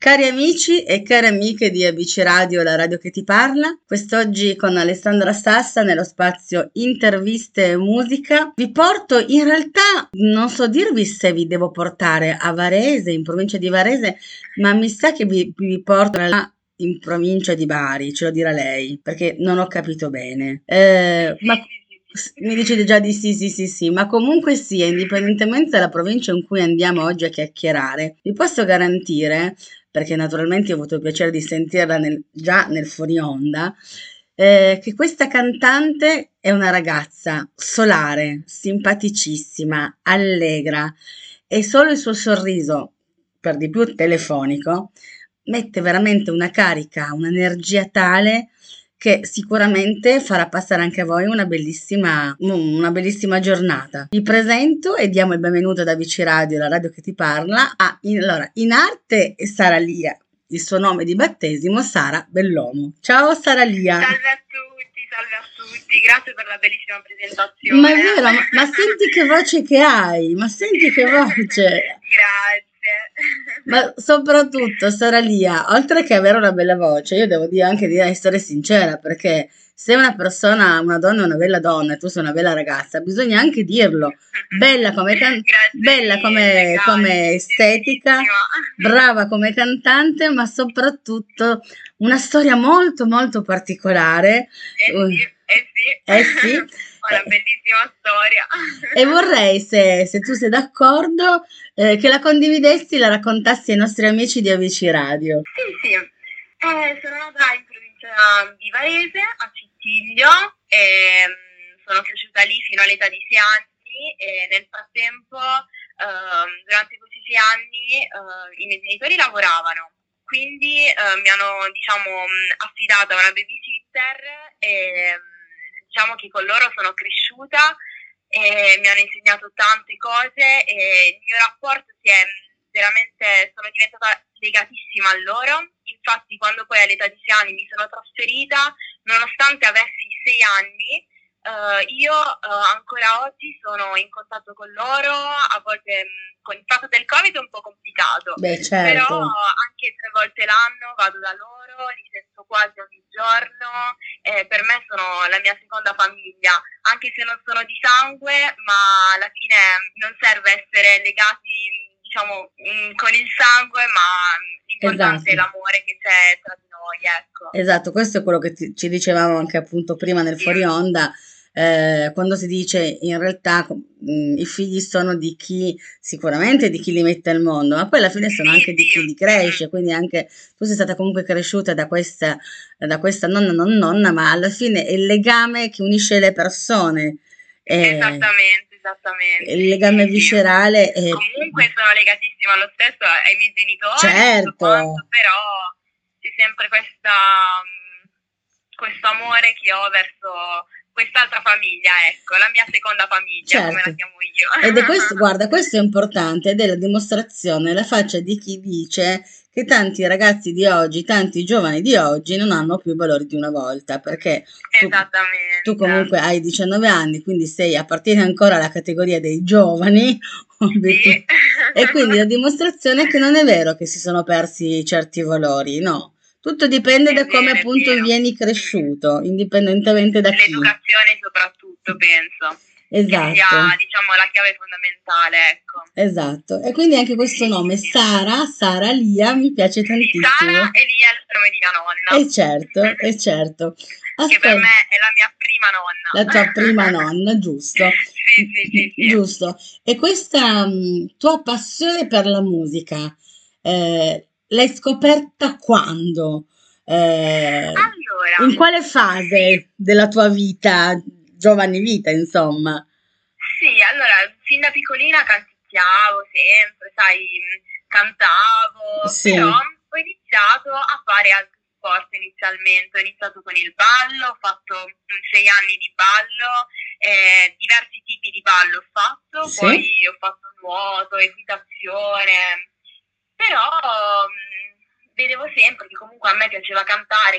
Cari amici e care amiche di ABC Radio, la radio che ti parla, quest'oggi con Alessandra Stassa nello spazio Interviste e Musica vi porto, in realtà non so dirvi se vi devo portare a Varese, in provincia di Varese, ma mi sa che vi porto in provincia di Bari, ce lo dirà lei, perché non ho capito bene. Ma mi dice già di sì, ma comunque sia, indipendentemente dalla provincia in cui andiamo oggi a chiacchierare, vi posso garantire, perché naturalmente ho avuto il piacere di sentirla già nel fuori onda, che questa cantante è una ragazza solare, simpaticissima, allegra e solo il suo sorriso, per di più telefonico, mette veramente una carica, un'energia tale che sicuramente farà passare anche a voi una bellissima giornata. Vi presento e diamo il benvenuto ad ABC Radio, la radio che ti parla, in arte Sara Lia, il suo nome di battesimo Sara Bellomo. Ciao Sara Lia. Salve a tutti, grazie per la bellissima presentazione. Ma è vero, ma senti che voce che hai, ma senti che voce. Grazie. Ma soprattutto, Sara Lia, oltre che avere una bella voce, io devo dire anche di essere sincera, perché se una persona, una donna è una bella donna e tu sei una bella ragazza, bisogna anche dirlo. Bella come estetica, brava come cantante, ma soprattutto una storia molto molto particolare. Sì. Una bellissima storia. E vorrei, se tu sei d'accordo, che la condividessi, la raccontassi ai nostri amici di ABC Radio. Sì. Sono nata in provincia di Varese, a Cittiglio, e sono cresciuta lì fino all'età di 6 anni e nel frattempo, durante questi 6 anni, i miei genitori lavoravano. Quindi mi hanno, affidata a una babysitter e diciamo che con loro sono cresciuta e mi hanno insegnato tante cose e il mio rapporto sono diventata legatissima a loro. Infatti quando poi all'età di 6 anni mi sono trasferita, nonostante avessi 6 anni, io ancora oggi sono in contatto con loro, a volte con il fatto del Covid è un po' complicato. Beh, certo. Però anche 3 volte l'anno vado da loro, li sento quasi ogni giorno, per me sono la mia seconda famiglia, anche se non sono di sangue, ma alla fine non serve essere legati con il sangue, ma l'importante è l'amore che c'è tra di noi, ecco. Esatto, questo è quello che ci dicevamo anche appunto prima nel fuori onda, quando si dice in realtà i figli sono di chi, sicuramente di chi li mette al mondo, ma poi alla fine sono anche di chi li cresce, quindi anche tu sei stata comunque cresciuta da questa nonna, non nonna, ma alla fine è il legame che unisce le persone. Esattamente. Il legame viscerale è... Comunque sono legatissima lo stesso ai miei genitori, certo. Però c'è sempre questo amore che ho verso quest'altra famiglia, ecco, la mia seconda famiglia, certo, come la chiamo io. Ed è questo, guarda, questo è importante ed è la dimostrazione, la faccia di chi dice che tanti ragazzi di oggi, tanti giovani di oggi non hanno più i valori di una volta, perché tu comunque hai 19 anni, quindi appartieni ancora alla categoria dei giovani, sì. E quindi la dimostrazione è che non è vero che si sono persi certi valori, no. Tutto dipende da come appunto vieni cresciuto, indipendentemente da chi. L'educazione soprattutto, penso. Esatto. Che sia, la chiave fondamentale, ecco. Esatto. E quindi anche questo nome, Sara Lia, mi piace tantissimo. Sara e Lia è il nome di mia nonna. E certo. Che per me è la mia prima nonna. La tua prima nonna, giusto. Sì. Giusto. E questa tua passione per la musica, l'hai scoperta quando? Allora, in quale fase della tua vita, giovane vita, insomma? Sì, allora, fin da piccolina canticchiavo sempre, cantavo, sì. Però ho iniziato a fare altri sport inizialmente. Ho iniziato con il ballo, ho fatto 6 anni di ballo, diversi tipi di ballo ho fatto, sì. Poi ho fatto nuoto, equitazione, però vedevo sempre che comunque a me piaceva cantare,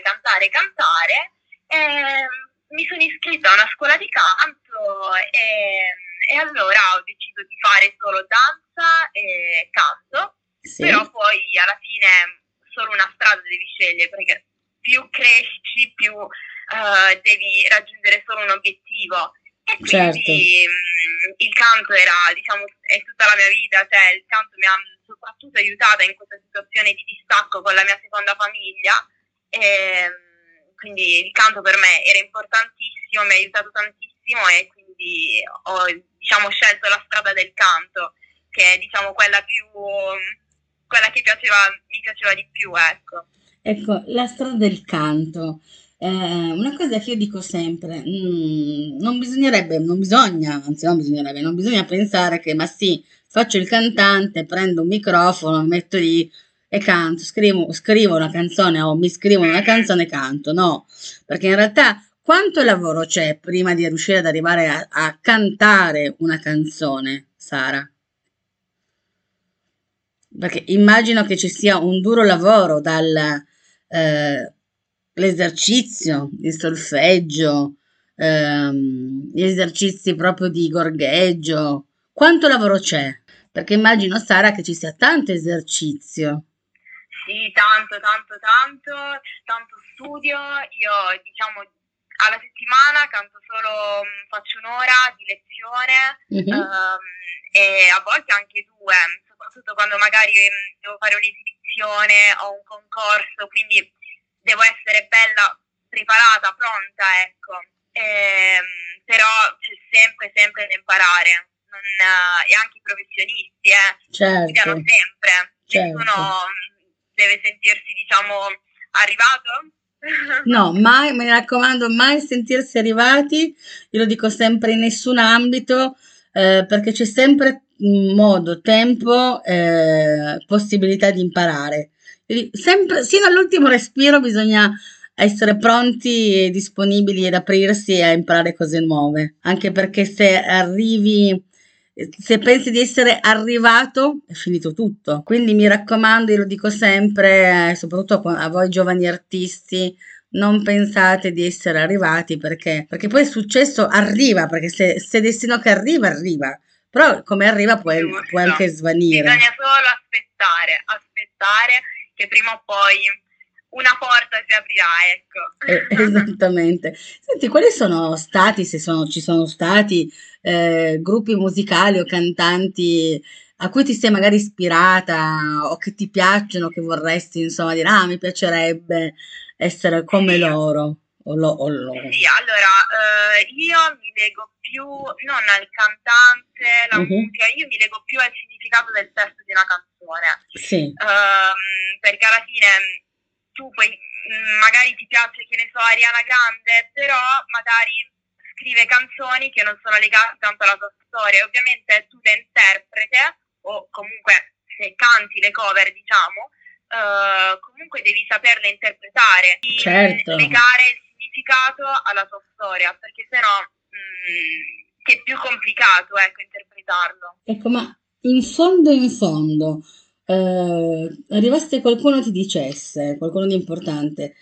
e mi sono iscritta a una scuola di canto e allora ho deciso di fare solo danza e canto, sì. Però poi alla fine solo una strada devi scegliere, perché più cresci, più devi raggiungere solo un obiettivo. E quindi il canto era, diciamo, è tutta la mia vita, cioè il canto mi ha soprattutto aiutata in questa situazione di distacco con la mia seconda famiglia, e quindi il canto per me era importantissimo, mi ha aiutato tantissimo, e quindi ho, diciamo, scelto la strada del canto, che è, diciamo, quella che mi piaceva di più, ecco. Ecco, la strada del canto. Una cosa che io dico sempre, non bisognerebbe, non bisogna, anzi non bisognerebbe, non bisogna pensare che, ma sì, faccio il cantante, prendo un microfono, mi metto lì e canto, scrivo una canzone o mi scrivono una canzone e canto, no, perché in realtà quanto lavoro c'è prima di riuscire ad arrivare a cantare una canzone, Sara? Perché immagino che ci sia un duro lavoro l'esercizio, il solfeggio, gli esercizi proprio di gorgheggio. Quanto lavoro c'è? Perché immagino, Sara, che ci sia tanto esercizio. Sì, tanto, tanto, tanto, tanto studio. Io, diciamo, alla settimana canto solo, faccio un'ora di lezione, Mhm. e a volte anche due, soprattutto quando magari devo fare un'esibizione o un concorso, quindi devo essere bella preparata, pronta, ecco. Però c'è sempre, sempre da imparare. E anche i professionisti, studiano Certo, sempre. certo. Nessuno deve sentirsi, diciamo, arrivato. No, mai, mi raccomando, mai sentirsi arrivati, io lo dico sempre in nessun ambito, perché c'è sempre modo, tempo, possibilità di imparare. Quindi sempre, sino all'ultimo respiro bisogna essere pronti e disponibili ad aprirsi a imparare cose nuove, anche perché se pensi di essere arrivato, è finito tutto. Quindi mi raccomando, io lo dico sempre, soprattutto a voi giovani artisti, non pensate di essere arrivati perché poi il successo arriva, perché se è destino che arriva, arriva. Però come arriva può Giusto. anche svanire. Bisogna solo aspettare che prima o poi una porta si aprirà, ecco. Esattamente. Senti, quali sono stati, ci sono stati gruppi musicali o cantanti a cui ti sei magari ispirata o che ti piacciono, che vorresti, insomma, dire, ah, mi piacerebbe essere come Sì. loro o loro. Sì, allora, io mi lego più non al cantante, la Mhm. musica, io mi lego più al significato del testo di una canzone. Sì, Perché alla fine tu poi, magari ti piace, che ne so, Ariana Grande, però magari scrive canzoni che non sono legate tanto alla tua storia. Ovviamente tu da interprete, o comunque se canti le cover, diciamo, comunque devi saperle interpretare, di certo. legare il significato alla tua storia, perché sennò che è più complicato, ecco, interpretarlo. Ecco, ma in fondo, arrivasse qualcuno e ti dicesse, qualcuno di importante,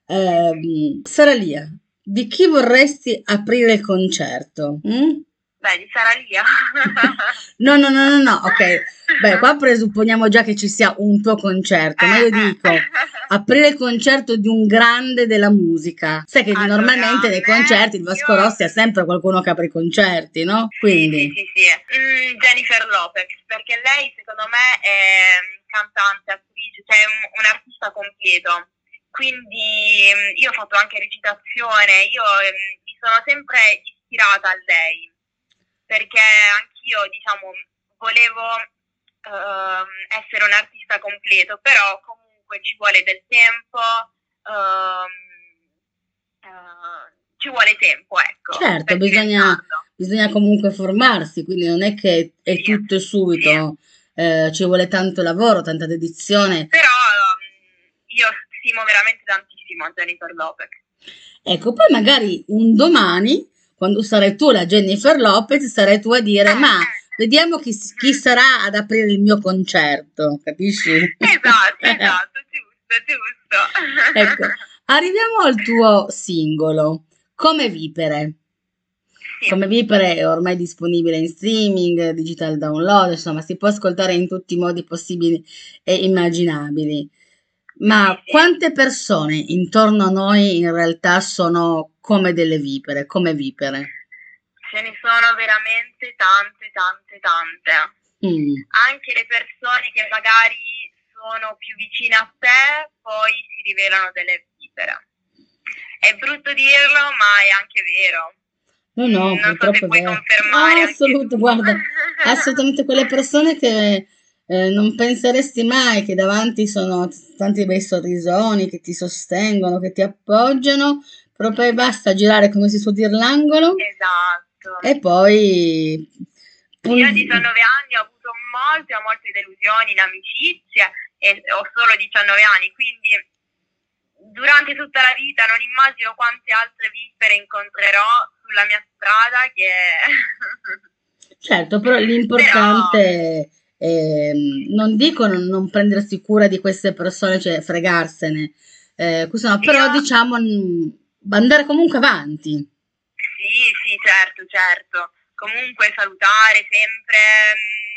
Sara Lia, di chi vorresti aprire il concerto? Mm? Beh, di Sara Lia. No, no, no, no, no, ok. Beh, qua presupponiamo già che ci sia un tuo concerto, ma io dico aprire il concerto di un grande della musica. Sai che Allora, normalmente nei concerti il Vasco Rossi ha sempre qualcuno che apre i concerti, no? sì, sì, Quindi, sì, sì. Jennifer Lopez, perché lei secondo me è cantante, attrice, cioè un artista completo. Quindi io ho fatto anche recitazione, io mi sono sempre ispirata a lei, perché anch'io, diciamo, volevo essere un artista completo, però comunque ci vuole del tempo, ehm, ci vuole tempo, ecco, certo, per diventarlo. bisogna comunque formarsi, quindi non è che è Sì, tutto e sì. subito, ci vuole tanto lavoro, tanta dedizione. Però io stimo veramente tantissimo Jennifer Lopez. Ecco, poi magari un domani, quando sarai tu la Jennifer Lopez, sarai tu a dire, ma vediamo chi sarà ad aprire il mio concerto, capisci? Esatto, esatto, giusto, giusto. Ecco, arriviamo al tuo singolo, Come Vipere. Sì, Come Vipere è ormai disponibile in streaming, digital download, insomma, si può ascoltare in tutti i modi possibili e immaginabili. Ma Sì, sì. quante persone intorno a noi in realtà sono come delle vipere, come vipere? Ce ne sono veramente tante, tante, tante. Mm. Anche le persone che magari sono più vicine a te, poi si rivelano delle vipere. È brutto dirlo, ma è anche vero. No, no, Non so se purtroppo è puoi vero. confermare Ah, anche tu. assoluto, guarda, assolutamente quelle persone che non penseresti mai che davanti sono tanti bei sorrisoni che ti sostengono, che ti appoggiano, però poi basta girare come si suol dire l'angolo Esatto. e poi Io a pun- 19 anni ho avuto molte delusioni in amicizia e ho solo 19 anni, quindi durante tutta la vita non immagino quante altre vipere incontrerò sulla mia strada che... certo, però Però, l'importante è, non dico non prendersi cura di queste persone, cioè fregarsene, questo no, io però diciamo andare comunque avanti. sì, sì, certo, certo. Comunque salutare sempre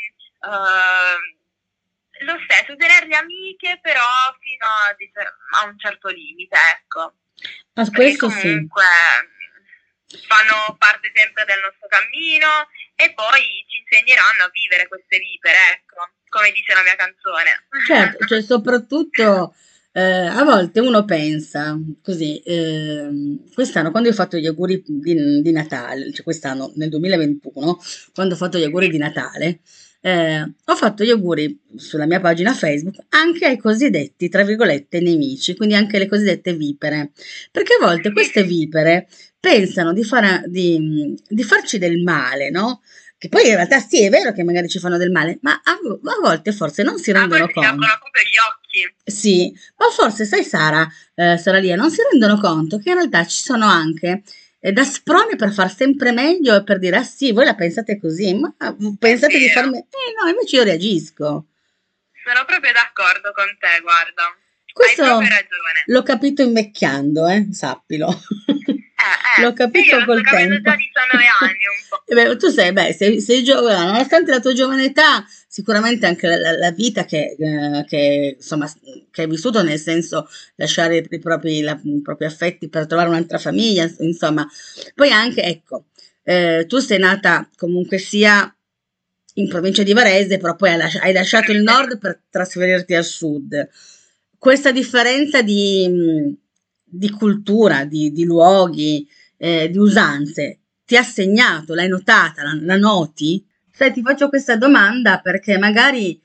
lo stesso, tenerle amiche, però fino a un certo limite, ecco. Ma Perché questo sì. comunque fanno parte sempre del nostro cammino e poi ci insegneranno a vivere queste vipere, ecco, come dice la mia canzone. Certo, cioè soprattutto a volte uno pensa così, quest'anno quando io ho fatto gli auguri di Natale, cioè quest'anno nel 2021, quando ho fatto gli auguri Sì, di Natale, ho fatto gli auguri sulla mia pagina Facebook anche ai cosiddetti, tra virgolette, nemici, quindi anche le cosiddette vipere, perché a volte sì, queste sì. vipere pensano di farci del male, no? Che poi in realtà sì, è vero che magari ci fanno del male, ma a volte forse non si A rendono volte ci conto. aprono proprio gli occhi. Sì, ma forse sai Sara, Sara Lia, non si rendono conto che in realtà ci sono anche da sprone per far sempre meglio e per dire ah sì, voi la pensate così, ma È pensate di farmi... vero, no, invece io reagisco. sono proprio d'accordo con te, guarda. Hai proprio Questo ragione. l'ho capito invecchiando, sappilo. L'ho E io capito lo sto col capendo tempo. già a 19 anni un po'. E beh, tu sei, beh, sei giovane, nonostante la tua giovane età, sicuramente anche la vita insomma, che hai vissuto, nel senso lasciare i propri affetti per trovare un'altra famiglia, insomma. Poi anche, ecco, tu sei nata comunque sia in provincia di Varese, però poi hai lasciato il Provincia di... nord per trasferirti al sud. Questa differenza di cultura, di luoghi, di usanze, ti ha segnato, l'hai notata, la noti? Sai, ti faccio questa domanda perché magari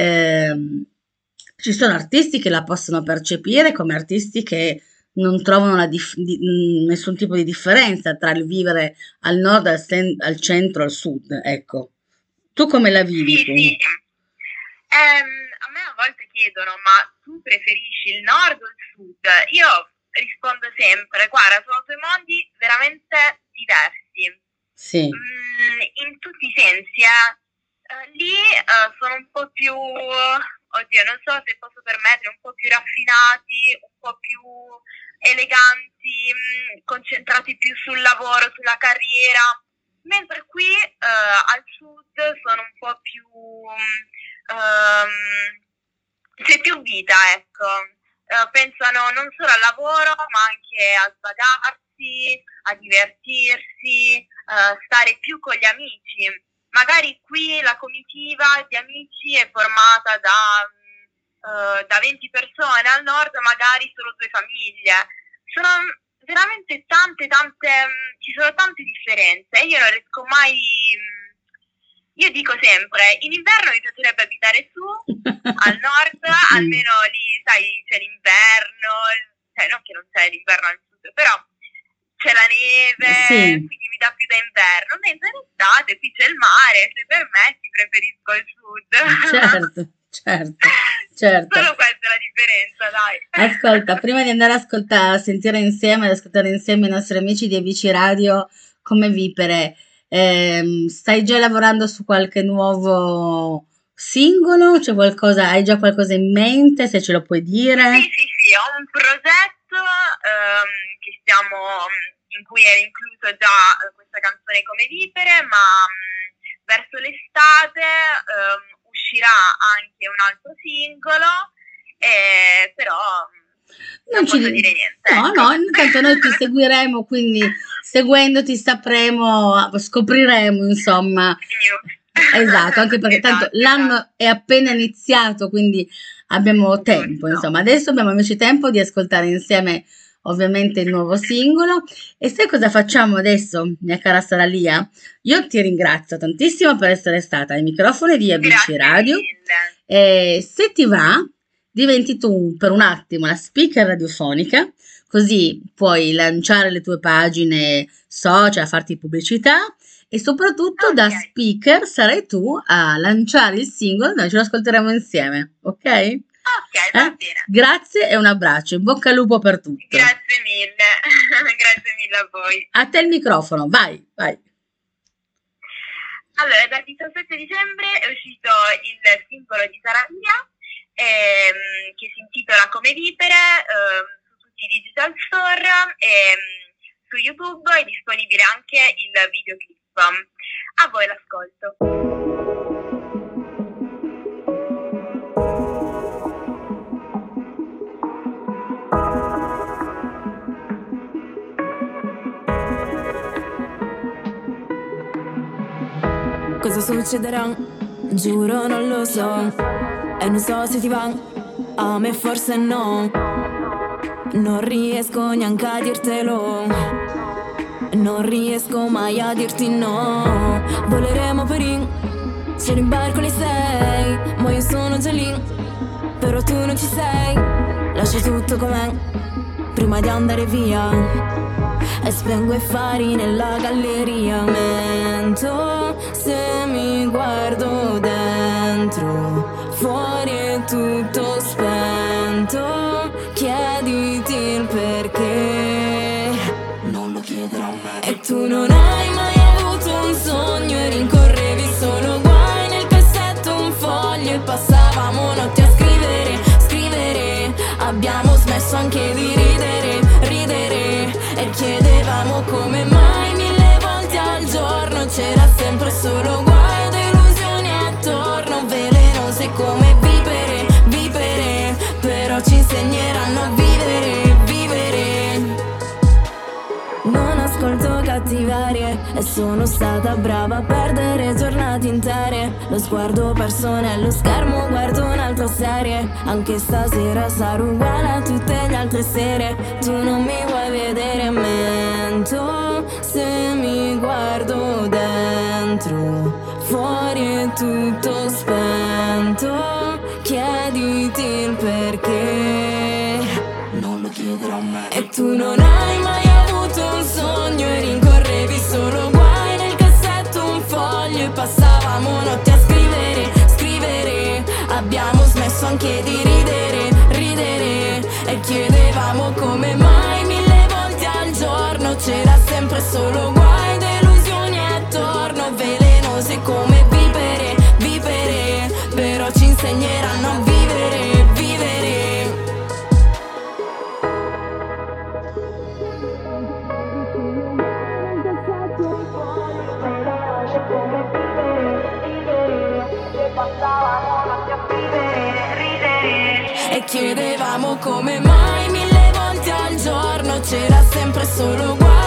ci sono artisti che la possono percepire come artisti che non trovano nessun tipo di differenza tra il vivere al nord, al centro, al sud, ecco. Tu come la vivi Sì, tu? sì. A me a volte chiedono, ma tu preferisci il nord o il sud? Io rispondo sempre, guarda, sono due mondi veramente diversi. Sì, In tutti i sensi, lì sono un po' più, oddio, non so se posso permettere, un po' più raffinati, un po' più eleganti, concentrati più sul lavoro, sulla carriera, mentre qui al sud sono un po' più, c'è più vita, ecco. Pensano non solo al lavoro, ma anche a svagarsi, a divertirsi, stare più con gli amici. Magari qui la comitiva di amici è formata da 20 persone, al nord magari solo due famiglie. Sono veramente tante, tante, ci sono tante differenze. Io non riesco mai, io dico sempre, in inverno mi piacerebbe abitare su, al nord, mm, almeno lì, sai, c'è l'inverno, cioè non che non c'è l'inverno al sud, però c'è la neve, sì, quindi mi dà più da inverno, mentre in estate qui c'è il mare, se permetti preferisco il sud. certo, certo, certo. Solo questa è la differenza, dai. Ascolta, prima di andare a sentire insieme, ad ascoltare insieme i nostri amici di ABC Radio come Vipere, stai già lavorando su qualche nuovo singolo? C'è qualcosa, hai già qualcosa in mente, se ce lo puoi Sì, dire? sì, sì, ho un progetto in cui è incluso già questa canzone come Vipere, ma verso l'estate uscirà anche un altro singolo però Non non ci posso di- dire niente, No, ecco. no, intanto noi ti seguiremo, quindi seguendoti sapremo, scopriremo, insomma. Esatto, anche perché tanto Esatto, esatto, l'anno è appena iniziato, quindi abbiamo tempo, giusto. insomma. Adesso abbiamo invece tempo di ascoltare insieme, ovviamente, il nuovo singolo. E sai cosa facciamo adesso, mia cara Saralia? Io ti ringrazio tantissimo per essere stata ai microfoni di ABC Grazie Radio. mille. E se ti va, diventi tu per un attimo la speaker radiofonica, così puoi lanciare le tue pagine social, farti pubblicità e soprattutto da Ok, speaker sarai tu a lanciare il singolo, noi ce lo ascolteremo insieme, ok? ok, va bene. Grazie e un abbraccio, in bocca al lupo per tutto. Grazie mille, grazie mille a voi. A te il microfono, vai, vai. Allora, dal 17 dicembre è uscito il singolo di Saralia, che si intitola Come Vivere, su tutti i digital store e su YouTube è disponibile anche il videoclip. A voi l'ascolto. Cosa succederà? Giuro non lo so. E non so se ti va. A me forse no. Non riesco neanche a dirtelo. Non riesco mai a dirti no. Voleremo per in cielo in barconi sei. Ma io sono già lì. Però tu non ci sei. Lascio tutto com'è prima di andare via. E spengo i fari nella galleria. Mento se mi guardo dentro. Fuori è tutto spento. Chiediti il perché. Non lo chiederò a me. E tu non hai mai avuto un sogno e rincorrevi solo guai. Nel cassetto un foglio e passavamo notti a scrivere, scrivere. Abbiamo smesso anche di ridere, ridere. E chiedevamo come mai 1000 volte al giorno. C'era sempre solo guai ed illusioni attorno. Velenoso come vivere, vivere. Però ci insegneranno a vivere, vivere. Non ascolto cattiverie e sono stata brava a perdere giornate intere. Lo sguardo perso nello schermo, guardo un'altra serie. Anche stasera sarò uguale a tutte le altre sere. Tu non mi vuoi vedere, mento se mi guardo dentro. Fuori è tutto spento. Chiediti il perché. Non lo chiederò a me. E tu non hai mai avuto un sogno e rincorrevi solo guai. Nel cassetto un foglio e passavamo notti a scrivere, scrivere. Abbiamo smesso anche di ridere, ridere. E chiedevamo come mai 1000 volte al giorno. C'era sempre solo guai ed illusioni attorno. Velenose come vivere, vivere. Però ci insegneranno a vivere, vivere. E chiedevamo come mai 1000 volte al giorno. C'era sempre solo guai